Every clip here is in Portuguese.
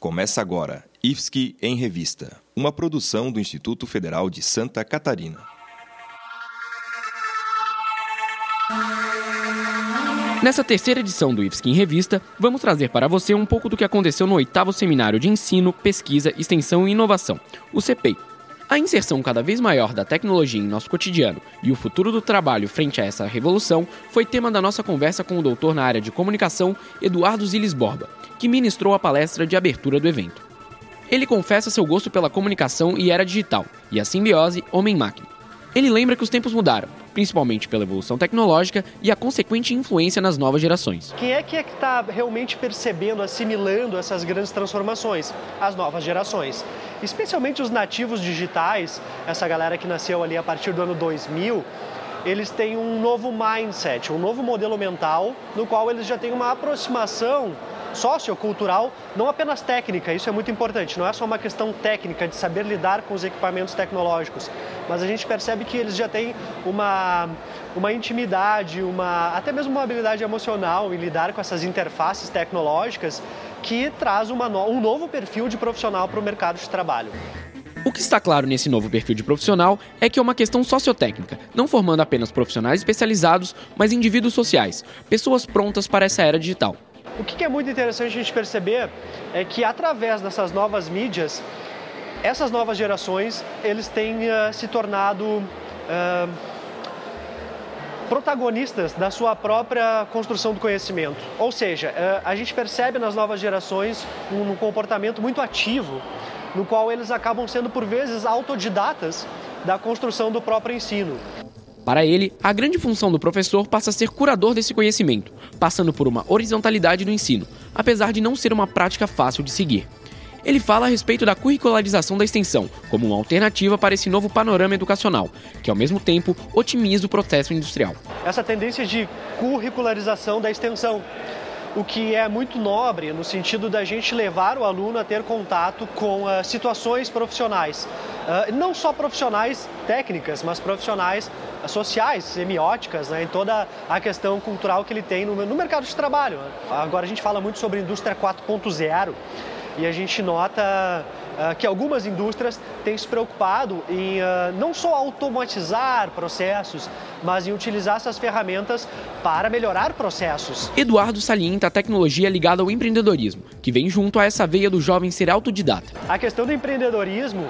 Começa agora, IFSC em Revista, uma produção do Instituto Federal de Santa Catarina. Nessa terceira edição do IFSC em Revista, vamos trazer para você um pouco do que aconteceu no 8º Seminário de Ensino, Pesquisa, Extensão e Inovação, o CPEI. A inserção cada vez maior da tecnologia em nosso cotidiano e o futuro do trabalho frente a essa revolução foi tema da nossa conversa com o doutor na área de comunicação, Eduardo Zilis Borba, que ministrou a palestra de abertura do evento. Ele confessa seu gosto pela comunicação e era digital, e a simbiose homem-máquina. Ele lembra que os tempos mudaram, principalmente pela evolução tecnológica e a consequente influência nas novas gerações. Quem é que está realmente percebendo, assimilando essas grandes transformações? As novas gerações. Especialmente os nativos digitais, essa galera que nasceu ali a partir do ano 2000, eles têm um novo mindset, um novo modelo mental, no qual eles já têm uma aproximação sociocultural, não apenas técnica, isso é muito importante, não é só uma questão técnica de saber lidar com os equipamentos tecnológicos, mas a gente percebe que eles já têm uma intimidade, até mesmo uma habilidade emocional em lidar com essas interfaces tecnológicas que traz um novo perfil de profissional para o mercado de trabalho. O que está claro nesse novo perfil de profissional é que é uma questão sociotécnica, não formando apenas profissionais especializados, mas indivíduos sociais, pessoas prontas para essa era digital. O que é muito interessante a gente perceber é que através dessas novas mídias, essas novas gerações, eles têm se tornado protagonistas da sua própria construção do conhecimento. Ou seja, a gente percebe nas novas gerações um comportamento muito ativo, no qual eles acabam sendo, por vezes, autodidatas da construção do próprio ensino. Para ele, a grande função do professor passa a ser curador desse conhecimento, passando por uma horizontalidade do ensino, apesar de não ser uma prática fácil de seguir. Ele fala a respeito da curricularização da extensão, como uma alternativa para esse novo panorama educacional, que ao mesmo tempo otimiza o processo industrial. Essa tendência de curricularização da extensão, o que é muito nobre no sentido da gente levar o aluno a ter contato com situações profissionais. Não só profissionais técnicas, mas profissionais sociais, semióticas, em toda a questão cultural que ele tem no mercado de trabalho. Agora a gente fala muito sobre indústria 4.0 e a gente nota que algumas indústrias têm se preocupado em não só automatizar processos, mas em utilizar essas ferramentas para melhorar processos. Eduardo salienta a tecnologia ligada ao empreendedorismo, que vem junto a essa veia do jovem ser autodidata. A questão do empreendedorismo,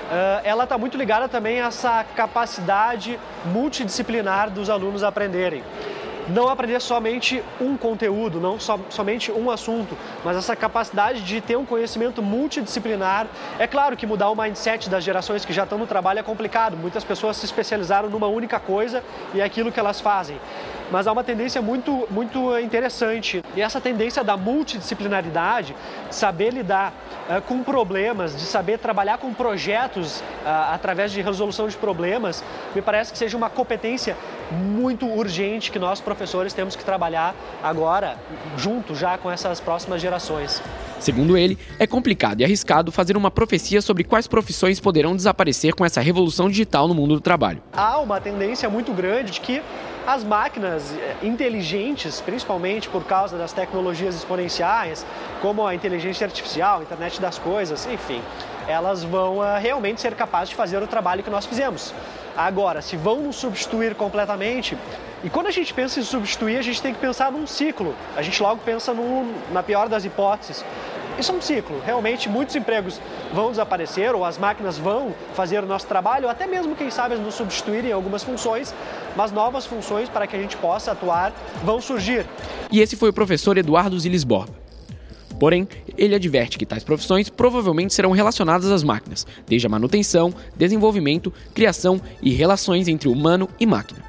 ela está muito ligada também a essa capacidade multidisciplinar dos alunos aprenderem. Não aprender somente um conteúdo, não somente um assunto, mas essa capacidade de ter um conhecimento multidisciplinar. É claro que mudar o mindset das gerações que já estão no trabalho é complicado. Muitas pessoas se especializaram numa única coisa e é aquilo que elas fazem. Mas há uma tendência muito interessante. E essa tendência da multidisciplinaridade, de saber lidar com problemas, de saber trabalhar com projetos através de resolução de problemas, me parece que seja uma competência muito urgente que nós, professores, temos que trabalhar agora, junto já com essas próximas gerações. Segundo ele, é complicado e arriscado fazer uma profecia sobre quais profissões poderão desaparecer com essa revolução digital no mundo do trabalho. Há uma tendência muito grande de que as máquinas inteligentes, principalmente por causa das tecnologias exponenciais, como a inteligência artificial, a internet das coisas, enfim, elas vão realmente ser capazes de fazer o trabalho que nós fizemos. Agora, se vão nos substituir completamente, e quando a gente pensa em substituir, a gente tem que pensar num ciclo. A gente logo pensa na pior das hipóteses. Isso é um ciclo. Realmente, muitos empregos vão desaparecer ou as máquinas vão fazer o nosso trabalho, até mesmo, quem sabe, nos substituir em algumas funções, mas novas funções para que a gente possa atuar vão surgir. E esse foi o professor Eduardo Zilis Borba. Porém, ele adverte que tais profissões provavelmente serão relacionadas às máquinas, desde a manutenção, desenvolvimento, criação e relações entre humano e máquina.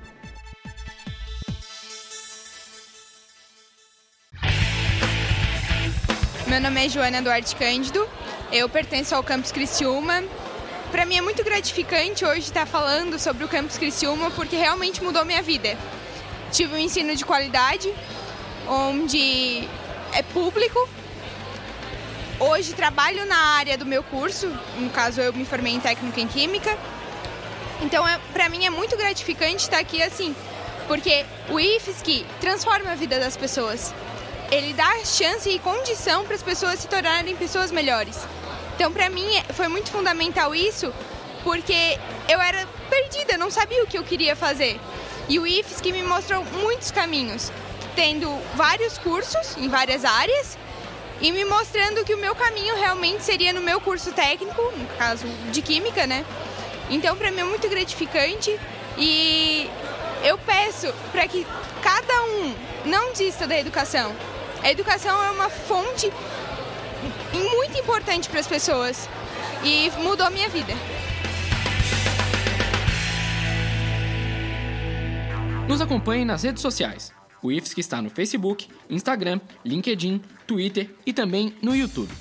Meu nome é Joana Duarte Cândido, eu pertenço ao Campus Criciúma. Para mim é muito gratificante hoje estar falando sobre o Campus Criciúma porque realmente mudou minha vida. Tive um ensino de qualidade, onde é público. Hoje trabalho na área do meu curso, no caso eu me formei em técnica em química. Então para mim é muito gratificante estar aqui assim, porque o IFSC transforma a vida das pessoas. ele dá chance e condição para as pessoas se tornarem pessoas melhores. Então, para mim, foi muito fundamental isso, porque eu era perdida, não sabia o que eu queria fazer. E o IFSC me mostrou muitos caminhos, tendo vários cursos em várias áreas e me mostrando que o meu caminho realmente seria no meu curso técnico, no caso de Química, né? Então, para mim é muito gratificante e eu peço para que cada um não desista da educação. A educação é uma fonte muito importante para as pessoas e mudou a minha vida. Nos acompanhe nas redes sociais. O IFSC está no Facebook, Instagram, LinkedIn, Twitter e também no YouTube.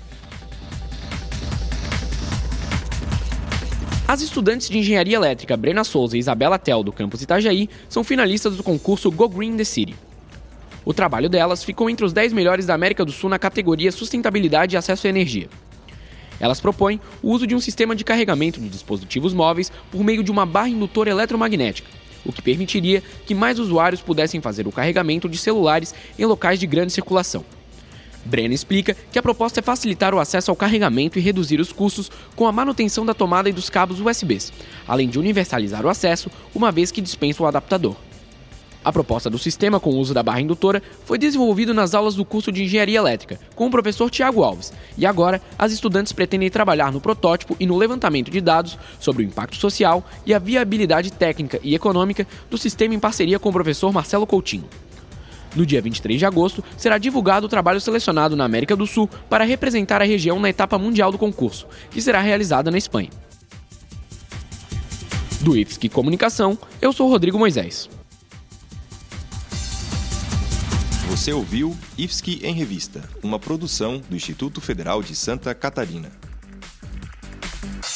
As estudantes de Engenharia Elétrica Brena Souza e Isabela Tel, do campus Itajaí, são finalistas do concurso Go Green the City. O trabalho delas ficou entre os 10 melhores da América do Sul na categoria Sustentabilidade e Acesso à Energia. Elas propõem o uso de um sistema de carregamento de dispositivos móveis por meio de uma barra indutora eletromagnética, o que permitiria que mais usuários pudessem fazer o carregamento de celulares em locais de grande circulação. Brena explica que a proposta é facilitar o acesso ao carregamento e reduzir os custos com a manutenção da tomada e dos cabos USBs, além de universalizar o acesso, uma vez que dispensa o adaptador. A proposta do sistema com o uso da barra indutora foi desenvolvida nas aulas do curso de Engenharia Elétrica, com o professor Tiago Alves, e agora as estudantes pretendem trabalhar no protótipo e no levantamento de dados sobre o impacto social e a viabilidade técnica e econômica do sistema em parceria com o professor Marcelo Coutinho. No dia 23 de agosto, será divulgado o trabalho selecionado na América do Sul para representar a região na etapa mundial do concurso, que será realizada na Espanha. Do IFSC Comunicação, eu sou Rodrigo Moisés. Você ouviu IFSC em Revista, uma produção do Instituto Federal de Santa Catarina.